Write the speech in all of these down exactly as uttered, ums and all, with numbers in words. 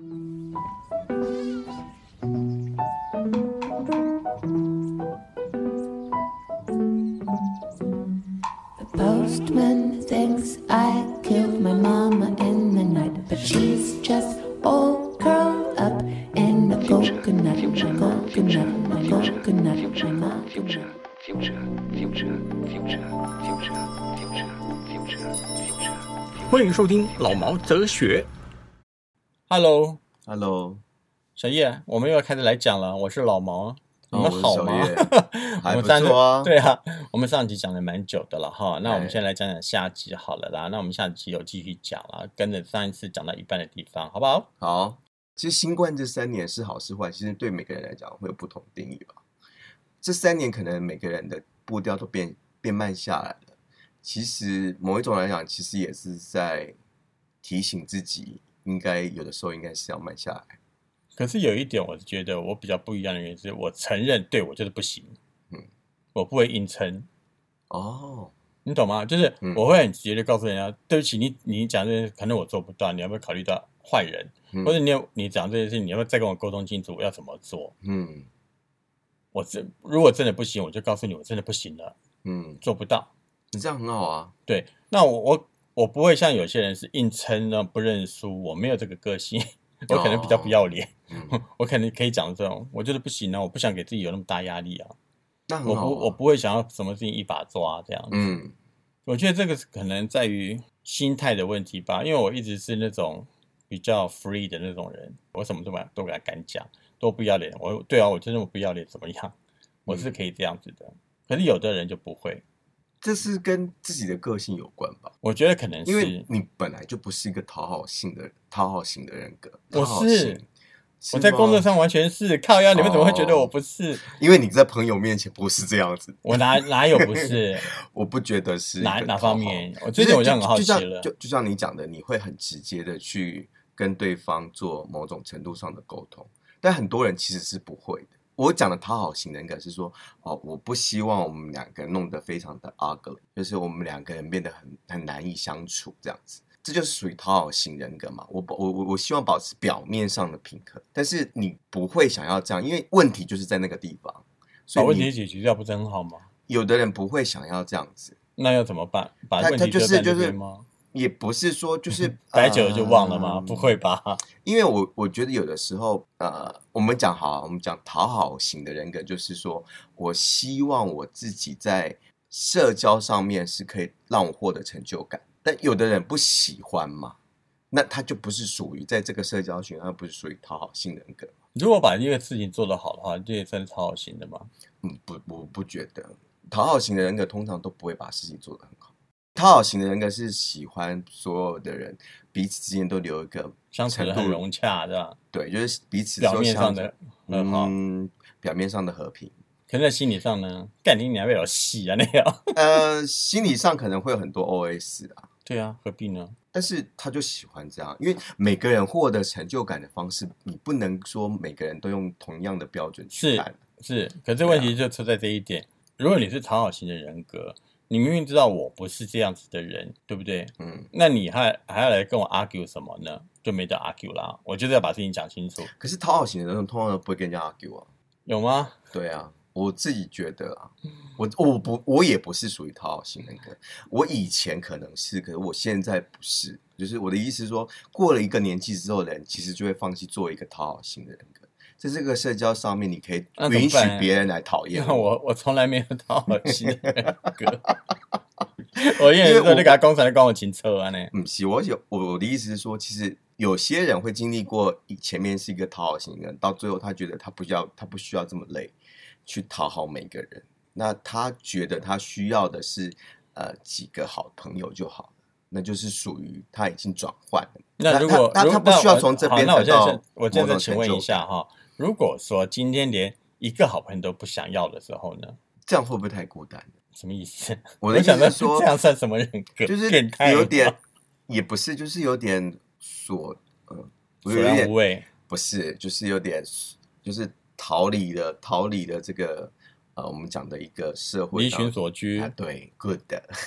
Postman thinks I killed my mama in the night, but she's just all curled up in a coconut, a coconut, a coconut, a coconut. Future, future, future, future, future, future, future. 欢迎收听老毛哲学。Hello， Hello， 小叶，我们又要开始来讲了。我是老毛，你们好吗？ 哦、还不错啊。 对啊，我们上集讲的蛮久的了哈。那我们先来讲讲下集好了啦。那我们下集有继续讲了，跟着上一次讲到一半的地方，好不好？ 好。其实新冠这三年是好是坏，其实对每个人来讲会有不同定义吧。这三年可能每个人的步调都变变慢下来了。其实某一种来讲，其实也是在提醒自己，应该有的时候应该是要慢下来。 可是有一点，我觉得我比较不一样的原因是，我承认对我就是不行，嗯，我不会硬撑。 哦， 你懂吗？就是我会很直接的告诉人家，嗯、对不起，你你讲这些可能我做不到，你要不要考虑到坏人，嗯、或者你有你讲这些事情，你要不要再跟我沟通清楚我要怎么做？嗯。我真如果真的不行，我就告诉你，我真的不行了，嗯，做不到。 你这样很好啊。 对，那我我我不会像有些人是硬撑呢，不认输，我没有这个个性，我可能比较不要脸，哦嗯、我可能可以讲这种，我觉得不行啊，我不想给自己有那么大压力啊。 那很好啊。 我不我不会想要什么事情一把抓这样子。嗯，我觉得这个可能在于心态的问题吧，因为我一直是那种比较 free 的那种人，我什么都都敢讲。都不要脸，我对啊，我就那么不要脸，怎么样？我是可以这样子的，嗯、可是有的人就不会， 这是跟自己的个性有关吧？ 我觉得可能是， 因为你本来就不是一个讨好性的讨好型的人格。 我是，我在工作上完全是靠腰，你们怎么会觉得我不是？ 哦、因为你在朋友面前不是这样子， 我哪哪有不是？ 我不觉得是哪哪方面？我最近我就很好奇了， 就就就像你讲的，你会很直接的去跟对方做某种程度上的沟通。但很多人其实是不会的。我讲的讨好型人格是说，哦，我不希望我们两个人弄得非常的 ugly， 就是我们两个人变得很很难以相处这样子，这就是属于讨好型人格嘛。我我我我希望保持表面上的平和，但是你不会想要这样，因为问题就是在那个地方， 把问题解决掉不是很好吗？ 有的人不会想要这样子， 那要怎么办？把问题就在这边吗？ 也不是说就是待久了就忘了吗？呃、不会吧？ 因为我我觉得有的时候，呃，我们讲好，我们讲讨好型的人格，就是说我希望我自己在社交上面是可以让我获得成就感，但有的人不喜欢嘛，那他就不是属于在这个社交群，他不是属于讨好型人格。 如果把一个事情做得好的话，这也算是讨好型的吗？ 嗯，不，我不觉得，讨好型的人格通常都不会把事情做得很好。讨好型的人格是喜欢所有的人彼此之间都留一个相处得很融洽，对吧？ 对，就是彼此表面上的和好， 嗯，表面上的和平。 可是在心理上呢？干你娘，有戏啊那样。 呃，心理上可能会有很多 O S 啊。 对啊，何必呢？ 但是他就喜欢这样，因为每个人获得成就感的方式，你不能说每个人都用同样的标准去看。 是是，可是问题就出在这一点。啊、如果你是讨好型的人格，你明明知道我不是这样子的人，对不对？嗯，那你还还要来跟我 argue 什么呢？就没得 argue 啦。我就是要把事情讲清楚。 可是讨好型的人通常都不会跟人家 argue 啊。 有吗？ 对啊，我自己觉得啊，我我不我也不是属于讨好型人格。我以前可能是，可是我现在不是。就是我的意思是说，过了一个年纪之后的人，其实就会放弃做一个讨好型的人格。在这个社交上面，你可以允许别人来讨厌我。 我我从来没有讨好型的人格。我因为说你给他工厂跟我请车啊呢。 嗯，是我有我的意思是说，其实有些人会经历过前面是一个讨好型的人，到最后他觉得他不要他不需要这么累去讨好每个人，那他觉得他需要的是呃几个好朋友就好了，那就是属于他已经转换了。 那如果那 他, 他不需要从这边得到我现在请问一下哈，如果说今天连一个好朋友都不想要的时候呢？ 这样会不会太孤单？ 什么意思？ 我的意思是说， 这样算什么人格？ 就是有点，也不是，就是有点所呃， 索然无味， 不是，就是有点，就是逃离了逃离了这个呃，我们讲的一个社会离群所居啊，对 ，good 的。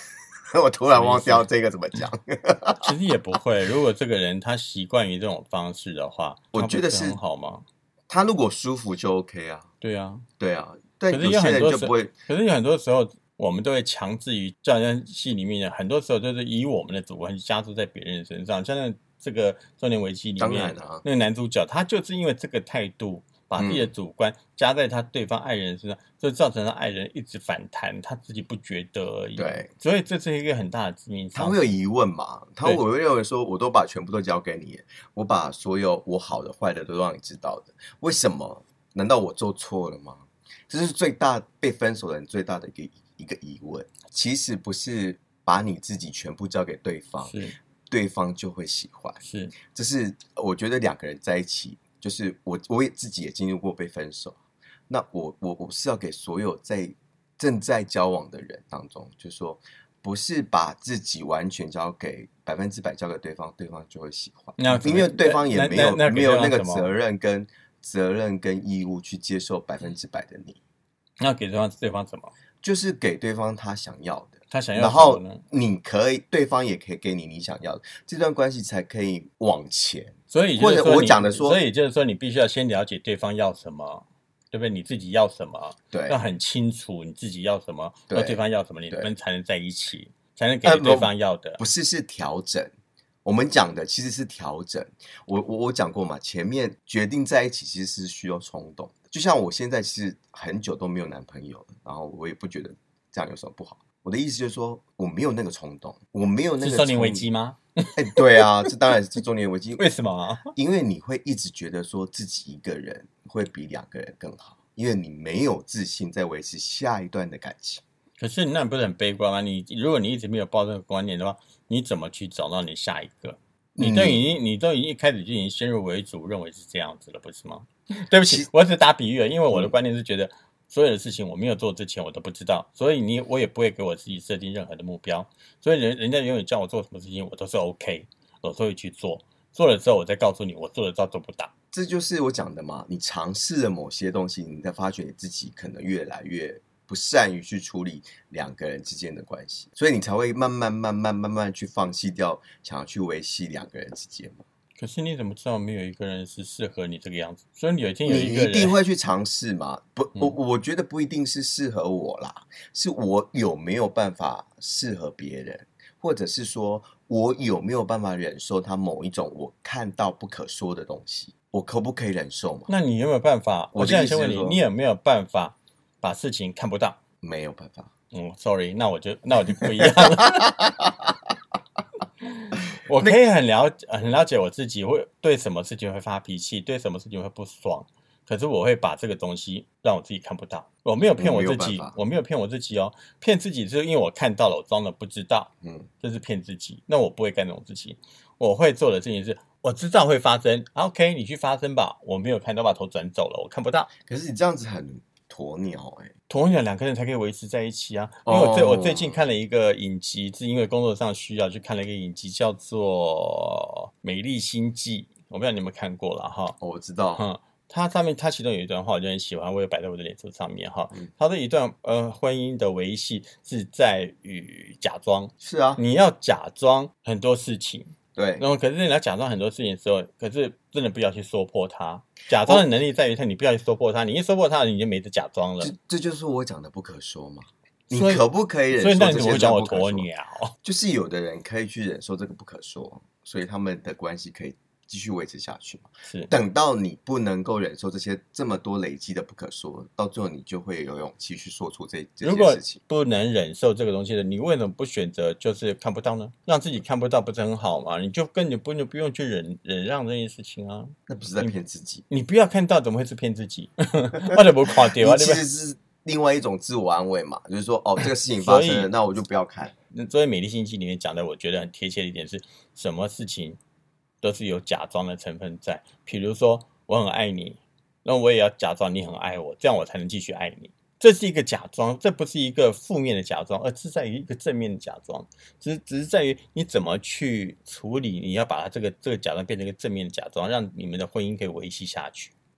我突然忘掉这个怎么讲。 其实也不会，如果这个人他习惯于这种方式的话， 我觉得是很好吗？ 他如果舒服就 OK 啊。 对啊， 对啊，但可是有些人就不会。 可是有很多时候，我们都会强制于，就好像戏里面的，很多时候就是以我们的主观加注在别人身上。像那这个《中年危机》里面， 啊、 那个男主角他就是因为这个态度，把自己的主观加在他对方爱人身上，就、嗯、造成他爱人一直反弹，他自己不觉得而已。 对， 所以这是一个很大的致命伤。 他会有疑问嘛？他会认为说，我都把全部都交给你，我把所有我好的坏的都让你知道的，为什么？难道我做错了吗？这是最大被分手的人最大的一个一个疑问。其实不是把你自己全部交给对方，对方就会喜欢。 是， 这是我觉得两个人在一起，就是我我也自己也经历过被分手。那我我我是要给所有在正在交往的人当中，就是说，不是把自己完全交给百分之百交给对方，对方就会喜欢。因为对方也没有没有那个责任跟责任跟义务去接受百分之百的你。 那给对方对方什么？ 就是给对方他想要的， 他想要然后你可以，对方也可以给你你想要的，这段关系才可以往前。 所以或者我讲的说， 所以就是说，你必须要先了解对方要什么，对不对？你自己要什么， 对， 要很清楚你自己要什么，对，对方要什么，你们才能在一起，才能给对方要的。 呃、不是是调整，我们讲的其实是调整。我我我讲过嘛，前面决定在一起其实是需要冲动的。就像我现在其实很久都没有男朋友了，然后我也不觉得这样有什么不好。我的意思就是说，我没有那个冲动，我没有那个。 是中年危机吗？ 哎，对啊，这当然是中年危机。 为什么啊？ 因为你会一直觉得说自己一个人会比两个人更好，因为你没有自信在维持下一段的感情。 可是那不是很悲观吗？你如果你一直没有抱这个观念的话，你怎么去找到你下一个？你都已经、嗯、你都已经一开始就已经先入为主，认为是这样子了，不是吗？对不起，我只是打比喻了，因为我的观念是觉得所有的事情我没有做之前我都不知道，所以你我也不会给我自己设定任何的目标，所以人人家永远叫我做什么事情我都是 OK， 我都会去做，做了之后我再告诉你我做得到做不到。 这就是我讲的嘛，你尝试了某些东西，你才发觉你自己可能越来越不善于去处理两个人之间的关系，所以你才会慢慢慢慢慢慢去放弃掉想要去维系两个人之间嘛。 可是你怎么知道没有一个人是适合你这个样子？所以有一天有一个人， 你一定会去尝试嘛？不，我我觉得不一定是适合我啦，是我有没有办法适合别人，或者是说我有没有办法忍受他某一种我看到不可说的东西，我可不可以忍受嘛？ 那你有没有办法？我现在先问你，你有没有办法把事情看不到？ 没有办法。 嗯 ，sorry， 那我就那我就不一样了。我可以很了解很了解我自己会对什么事情会发脾气，对什么事情会不爽，可是我会把这个东西让我自己看不到。我没有骗我自己，我没, 我没有骗我自己哦，骗自己是因为我看到了，我装的不知道，嗯，这是骗自己。那我不会干这种事情，我会做的事情是，我知道会发生 ，OK， 你去发生吧，我没有看到，把头转走了，我看不到。 可是你这样子很鸵鸟哎、欸， 鸵鸟两个人才可以维持在一起啊！因为我最、oh. 我最近看了一个影集，是因为工作上需要去看了一个影集，叫做《美丽心计》，我不知道你有没有看过了哈。 哦，我知道。 嗯，它上面它其中有一段话我就很喜欢，我也摆在我的脸书上面哈。嗯、它的一段呃婚姻的维系是在于假装， 是啊， 你要假装很多事情。 对， 然后可是你要假装很多事情的时候，可是真的不要去说破它。假装的能力在于它，你不要去说破它，你一说破它，你就没得假装了。 这这就是我讲的不可说嘛。你可不可以忍受？ 所以那你怎么会讲我鸵鸟？ 就是有的人可以去忍受这个不可说，所以他们的关系可以继续维持下去嘛。 是， 等到你不能够忍受这些这么多累积的不可说，到最后你就会有勇气去说出这这些事情。 如果不能忍受这个东西的，你为什么不选择就是看不到呢？让自己看不到不是很好吗？你就根本不不用去忍忍让这件事情啊。 那不是在骗自己你？你不要看到，怎么会是骗自己？我就没看到。 你其实是另外一种自我安慰嘛，就是说哦，这个事情发生了，那我就不要看。 所以《美丽心计》里面讲的，我觉得很贴切的一点是，什么事情都是有假装的成分在。比如说，我很爱你，那我也要假装你很爱我，这样我才能继续爱你。这是一个假装，这不是一个负面的假装，而是在于一个正面的假装。只是只是在于你怎么去处理，你要把它这个这个假装变成一个正面的假装，让你们的婚姻可以维系下去。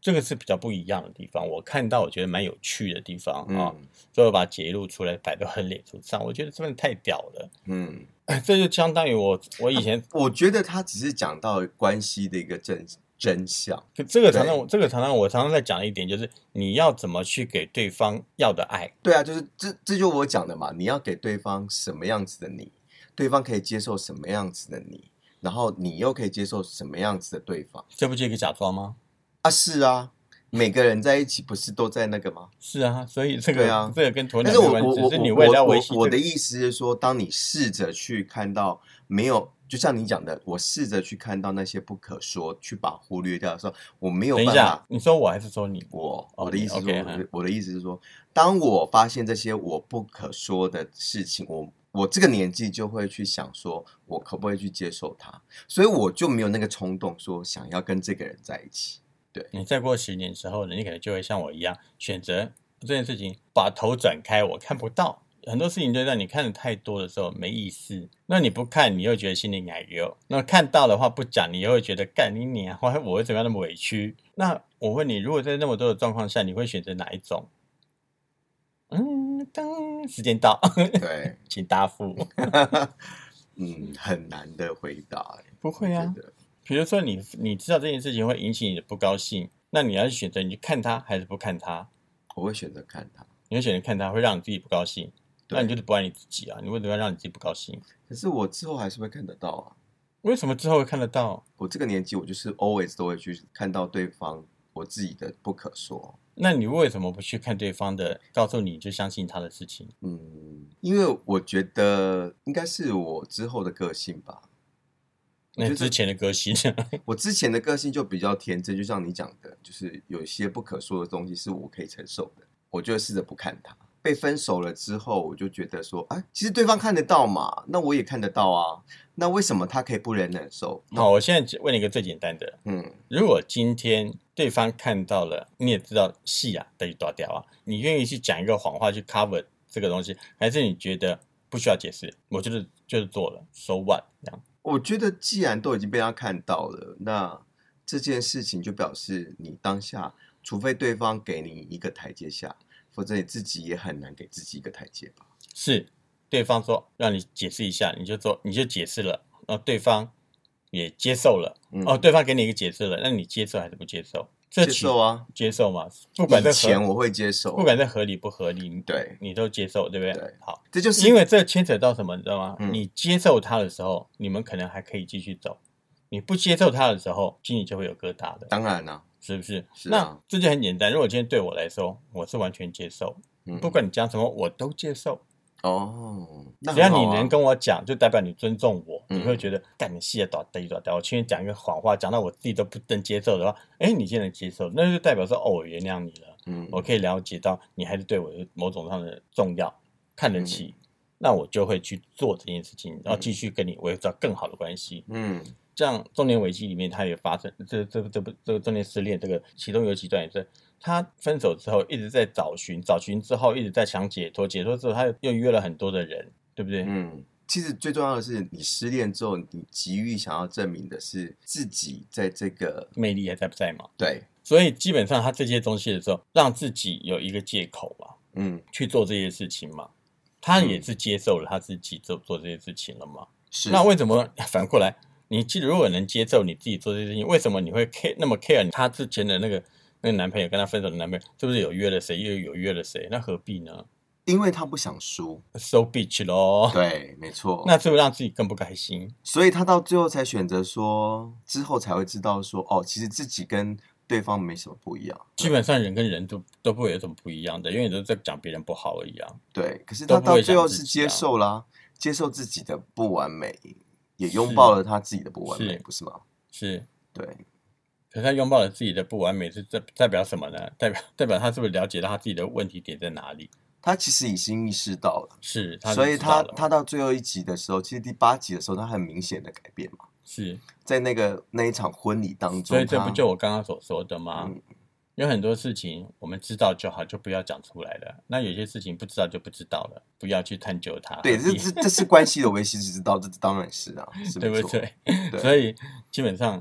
这个是比较不一样的地方。我看到我觉得蛮有趣的地方啊、 嗯哦，所以我把它截录出来摆到很脸书上，我觉得真的太屌了。 嗯， 这就相当于我我以前， 我觉得他只是讲到关系的一个真真相。 这个常常这个常常我常常在讲一点，就是你要怎么去给对方要的爱。 对啊，就是这这就我讲的嘛，你要给对方什么样子的你，对方可以接受什么样子的你，然后你又可以接受什么样子的对方。 这不就一个假装吗？ 啊，是啊，每个人在一起不是都在那个吗？ 是啊，所以这个、啊、这个跟鸵鸟没关系，只是你为了要维系、这个。 我的意思是说，当你试着去看到没有，就像你讲的，我试着去看到那些不可说，去把忽略掉的时候，我没有办法。 等一下，你说我还是说你？ 我我的意思是说， okay, 我的意思是说，当我发现这些我不可说的事情，我。我这个年纪就会去想说，我可不可以去接受他，所以我就没有那个冲动说想要跟这个人在一起。对， 你再过十年之后呢，你可能就会像我一样选择这件事情，把头转开，我看不到。很多事情就让你看的太多的时候没意思，那你不看，你又觉得心里奶油；那看到的话不讲，你又会觉得干你娘，我我为什么要那么委屈？那我问你，如果在那么多的状况下，你会选择哪一种？嗯，当时间到， 对， 请答复。 嗯，很难的回答。 不会啊，比如说你你知道这件事情会引起你的不高兴，那你要选择你去看他还是不看他？ 我会选择看他。 你会选择看他，会让你自己不高兴，那你就是不爱你自己啊！你为什么要让你自己不高兴？ 可是我之后还是会看得到啊。 为什么之后会看得到？ 我这个年纪，我就是 always 都会去看到对方我自己的不可说。 那你为什么不去看对方的告诉你就相信他的事情？ 嗯，因为我觉得应该是我之后的个性吧。 那之前的个性我之前的个性就比较天真，就像你讲的，就是有一些不可说的东西是我可以承受的，我就会试着不看它。被分手了之后，我就觉得说，哎，其实对方看得到嘛，那我也看得到啊，那为什么他可以不能忍受？ 好，我现在问你一个最简单的，嗯，如果今天对方看到了，你也知道戏啊等于多掉啊，你愿意去讲一个谎话去 cover 这个东西，还是你觉得不需要解释？我就是就是做了 ，so what 这样？ 我觉得既然都已经被他看到了，那这件事情就表示你当下，除非对方给你一个台阶下。否则你自己也很难给自己一个台阶吧？ 是，对方说让你解释一下，你就做，你就解释了，然后对方也接受了，嗯、哦，对方给你一个解释了，那你接受还是不接受？ 接受啊， 接受嘛，不管在以前我会接受， 不管在合理不合理， 对， 你都接受，对不对？ 对， 好， 这就是因为这牵扯到什么，你知道吗？ 嗯、 你接受他的时候，你们可能还可以继续走；你不接受他的时候，心里就会有疙瘩的。 当然啦、啊， 是不是？ 是啊、 那这就很简单。如果今天对我来说，我是完全接受。不管你讲什么，我都接受。 哦，那只要你能跟我讲，就代表你尊重我。 嗯、 你会觉得干你戏也短短短短，我今天讲一个谎话，讲到我自己都不能接受的话，哎，你现在能接受，那就代表说，哦，我原谅你了。嗯，我可以了解到你还是对我有某种上的重要，看得起，嗯、那我就会去做这件事情，然后继续跟你维持到更好的关系。嗯。像中年危机里面，它也发生这这这不这个中年失恋，这个其中有几段也是，他分手之后一直在找寻，找寻之后一直在想解脱，解脱之后他又约了很多的人，对不对？ 嗯，其实最重要的是，你失恋之后，你急于想要证明的是自己在这个魅力还在不在嘛？ 对， 所以基本上他这些东西的时候，让自己有一个借口嘛，嗯，去做这些事情嘛，他也是接受了他自己做做这些事情了嘛。 是， 那为什么反过来？你其实如果能接受你自己做这些事情，为什么你会 care 那么 care 他之前的那个那个男朋友跟他分手的男朋友是不是有约了谁，又有约了谁？那何必呢？ 因为他不想输 ，so bitch 咯。 对，没错。 那是不是让自己更不开心？ 所以他到最后才选择说，之后才会知道说，哦，其实自己跟对方没什么不一样。 基本上人跟人都都不会有什么不一样的，因为你都在讲别人不好而已啊。 对，可是他到最后是接受啦，接受自己的不完美。也拥抱了他自己的不完美，是不是吗？ 是， 对。 可是他拥抱了自己的不完美，是代表什么呢？代表代表他是不是了解到他自己的问题点在哪里？ 他其实已经意识到了， 是，他所以他他到最后一集的时候，其实第八集的时候，他很明显的改变嘛。 是在那个那一场婚礼当中， 所以这不就我刚刚所说的吗？嗯，有很多事情我们知道就好，就不要讲出来了。那有些事情不知道就不知道了，不要去探究它。 对，这这这是关系的维系之道，这当然是啊，是对不对？对，所以基本上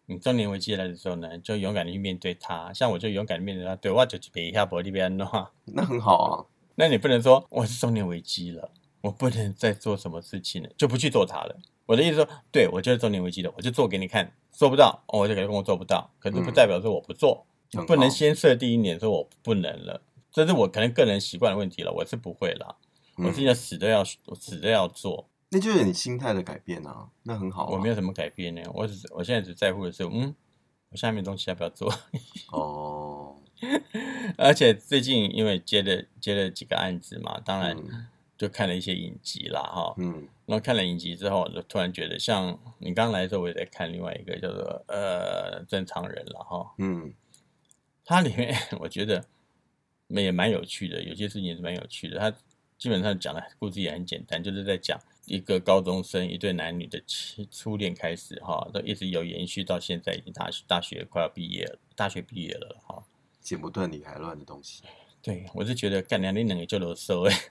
你中年危机来的时候呢，就勇敢的去面对它。像我就勇敢的面对它，对我就是别一下不你别弄， 那很好啊。 那你不能说我是中年危机了，我不能再做什么事情了，就不去做它了。我的意思说，对我就是中年危机了，我就做给你看，做不到，哦、我就跟我做不到，可是不代表说我不做，嗯、不能先设第一年说我不能了，这是我可能个人习惯的问题了，我是不会啦，嗯、我现在死都要死都要做。 那就是你心态的改变啊，那很好、啊。 我没有什么改变呢，我只我现在只在乎的是，嗯，我下面东西要不要做？哦，而且最近因为接了接了几个案子嘛，当然就看了一些影集啦，哈，嗯，然后看了影集之后，就突然觉得，像你刚来的时候，我也在看另外一个叫做呃正常人了，哈，嗯，它里面我觉得也蛮有趣的，有些事情也是蛮有趣的，它基本上讲的故事也很简单，就是在讲一个高中生一对男女的初恋开始哈，都一直有延续到现在，已经大学大学快要毕业了，大学毕业了哈， 剪不断理还乱的东西。 对，我是觉得干两你两个就啰嗦哎，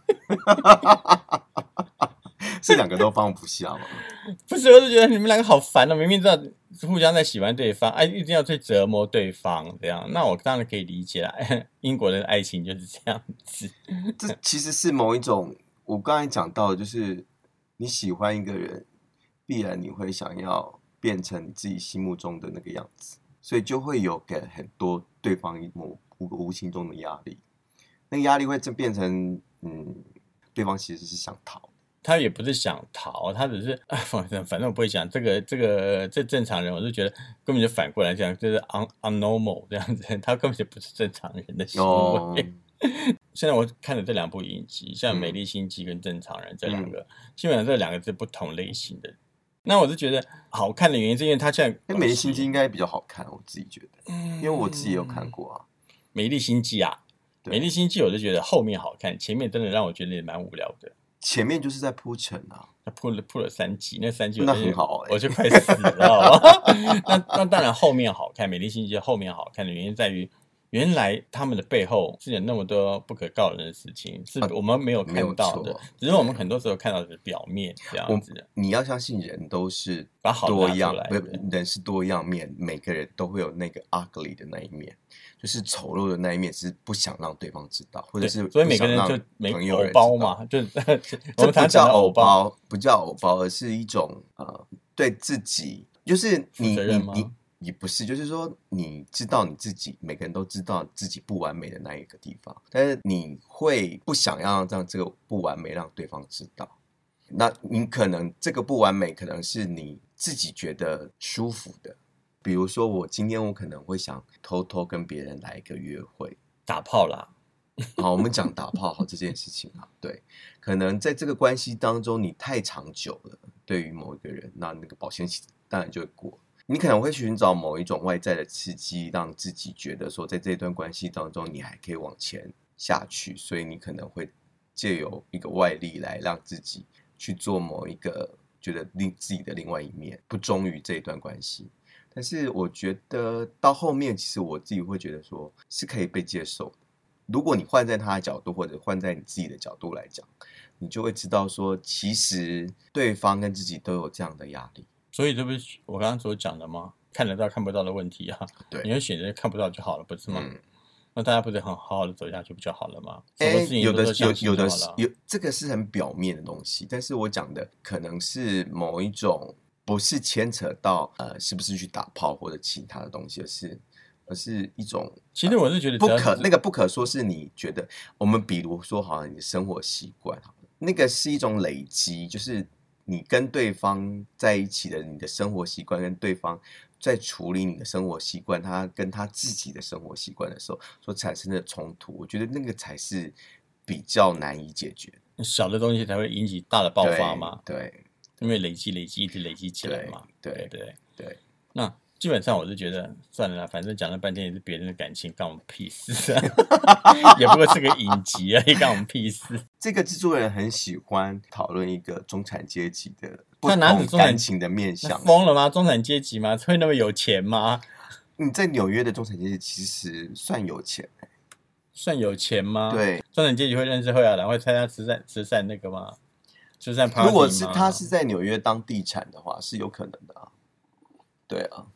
是两个都放不下吗？ 不是，我是觉得你们两个好烦哦，明明知道互相在喜欢对方，哎，一定要去折磨对方这样，那我当然可以理解啦。英国的爱情就是这样子， 这其实是某一种。我刚才讲到的就是你喜欢一个人，必然你会想要变成你自己心目中的那个样子，所以就会有给很多对方一种无形中的压力。那个压力会变成，嗯，对方其实是想逃， 他也不是想逃，他只是啊，反正反正我不会讲这个这个这正常人，我就觉得根本就反过来讲，就是 un unnormal 这样子，他根本就不是正常人的行为。哦现在我看的这两部影集，像《美丽心机》跟《正常人》这两个，嗯、基本上这两个是不同类型的。那我是觉得好看的原因，是因为它现在《 美丽心机》应该比较好看，我自己觉得，嗯、因为我自己也有看过啊， 《美丽心机》啊，《美丽心机》我就觉得后面好看，前面真的让我觉得也蛮无聊的。 前面就是在铺陈啊， 他铺了铺了三集，那三集那很好、欸， 我就快死了，好吧？那那当然后面好看，《美丽心机》后面好看的原因在于。原来他们的背后是有那么多不可告人的事情，是我们没有看到的，只是我们很多时候看到的是表面这样子。 你要相信人都是多样，不人是多样面，每个人都会有那个 ugly 的那一面，就是丑陋的那一面，是不想让对方知道，或者是所以每个人就每偶包嘛，就我们不叫偶包，不叫偶包，而是一种呃对自己，就是你你你。也不是，就是说，你知道你自己，每个人都知道自己不完美的那一个地方，但是你会不想要让这个不完美让对方知道。那你可能这个不完美，可能是你自己觉得舒服的。比如说，我今天我可能会想偷偷跟别人来一个约会， 打炮啦。 好，我们讲打炮好这件事情啊，对，可能在这个关系当中，你太长久了，对于某一个人，那那个保鲜期当然就会过。你可能会寻找某一种外在的刺激，让自己觉得说，在这段关系当中，你还可以往前下去，所以你可能会借由一个外力来让自己去做某一个觉得另自己的另外一面，不忠于这一段关系。但是我觉得到后面，其实我自己会觉得说是可以被接受的。如果你换在他的角度，或者换在你自己的角度来讲，你就会知道说，其实对方跟自己都有这样的压力。 所以这不是我刚刚所讲的吗？看得到看不到的问题啊， 对， 你会选择看不到就好了，不是吗？嗯、那大家不是很好好的走下去不就好了吗？ 哎、欸，有的有有的有，这个是很表面的东西，但是我讲的可能是某一种，不是牵扯到呃是不是去打炮或者其他的东西，而是而是一种。 其实我是觉得不可那个不可说是你觉得，我们比如说好像你的生活习惯，那个是一种累积，就是。你跟对方在一起的，你的生活习惯跟对方在处理你的生活习惯，他跟他自己的生活习惯的时候所产生的冲突，我觉得那个才是比较难以解决的。 小的东西才会引起大的爆发嘛？ 对，对因为累积累积一直累积起来嘛。 对对 对, 对, 对那基本上我是觉得算了啦，反正讲了半天也是别人的感情，干我们屁事啊！也不过是个影集而已，干我们屁事。 这个制作人很喜欢讨论一个中产阶级的不同感情的面向。 疯了吗？中产阶级吗？会那么有钱吗？ 你在纽约的中产阶级其实算有钱、欸、 算有钱吗？ 对， 中产阶级会认识会啊，然后会参加慈善慈善那个吗？慈善 party 吗？ 如果是他是在纽约当地产的话，是有可能的啊。对啊。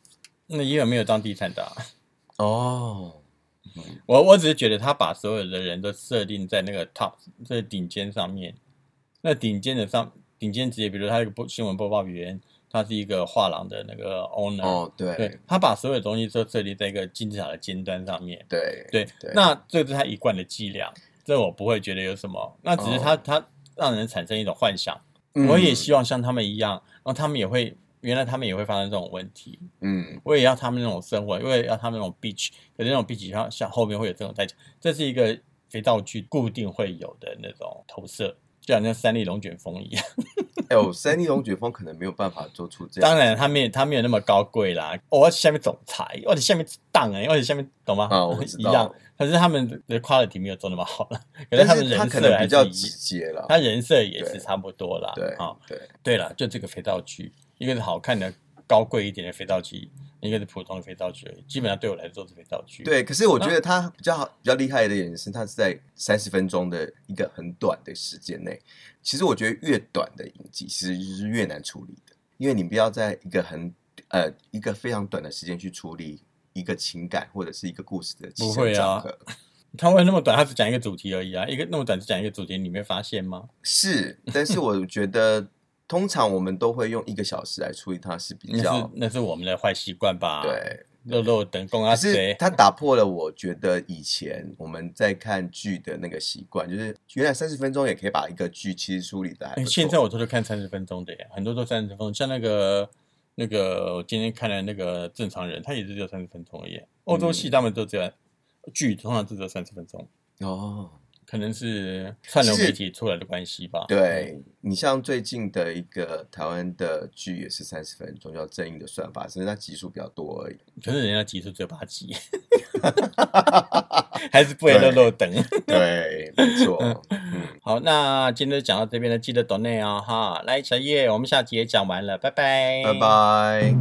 那也有没有当地产的、啊、 哦。 我我只是觉得他把所有的人都设定在那个 top 这顶尖上面，那顶尖的上顶尖职业，比如他一个新闻播报员，他是一个画廊的那个 owner， 哦，对， 对，他把所有东西都设立在一个金字塔的尖端上面， 对对， 对， 那这是他一贯的伎俩，这我不会觉得有什么，那只是他、哦、他让人产生一种幻想，嗯、我也希望像他们一样，然后他们也会。原来他们也会发生这种问题，嗯，我也要他们那种生活，因为要他们那种 beach， 可是那种 beach 像像后面会有这种代价，这是一个肥皂剧固定会有的那种投射，就好像三立龙卷风一样。 哎呦，三立龙卷风可能没有办法做出这样， 当然他没有他没有那么高贵啦，哦、我下面总裁，我在下面当哎，我在下面懂吗？ 啊，我知道。 一样，可是他们的 quality 没有做那么好了，可是他们人设可能比较直接了， 他人设也是差不多啦。 对， 啊， 对， 对了，就这个肥皂剧。一个是好看的高贵一点的肥皂剧，一个是普通的肥皂剧而已，基本上对我来说都是肥皂剧。 对，可是我觉得他比较好、比较厉害的一点是，他是在三十分钟的一个很短的时间内。其实我觉得越短的影集，其实就是越难处理的，因为你不要在一个很呃一个非常短的时间去处理一个情感或者是一个故事的起承转合。 他会那么短，他只讲一个主题而已啊，一个那么短只讲一个主题，你没发现吗？ 是，但是我觉得。通常我们都会用一个小时来处理它，是比较那是那是我们的坏习惯吧？ 对， 肉肉等公啊谁？ 它打破了我觉得以前我们在看剧的那个习惯，就是原来三十分钟也可以把一个剧其实梳理的还不错。 现在我都是看三十分钟的耶，很多都三十分钟，像那个那个我今天看的那个正常人，他也是只有三十分钟而已。欧洲戏他们都只有剧，通常只有三十分钟哦。可能是串流媒体出来的关系吧。 对，你像最近的一个台湾的剧也是三十分钟，叫《正义的算法》，只是它集数比较多而已。 可是人家集数只有八集，还是不会漏漏等。 对，没错。嗯， 好，那今天就讲到这边了，记得抖内哦哈。来，小叶，我们下集也讲完了，拜拜， 拜拜。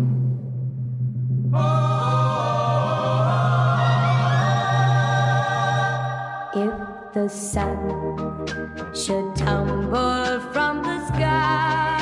The sun should tumble from the sky.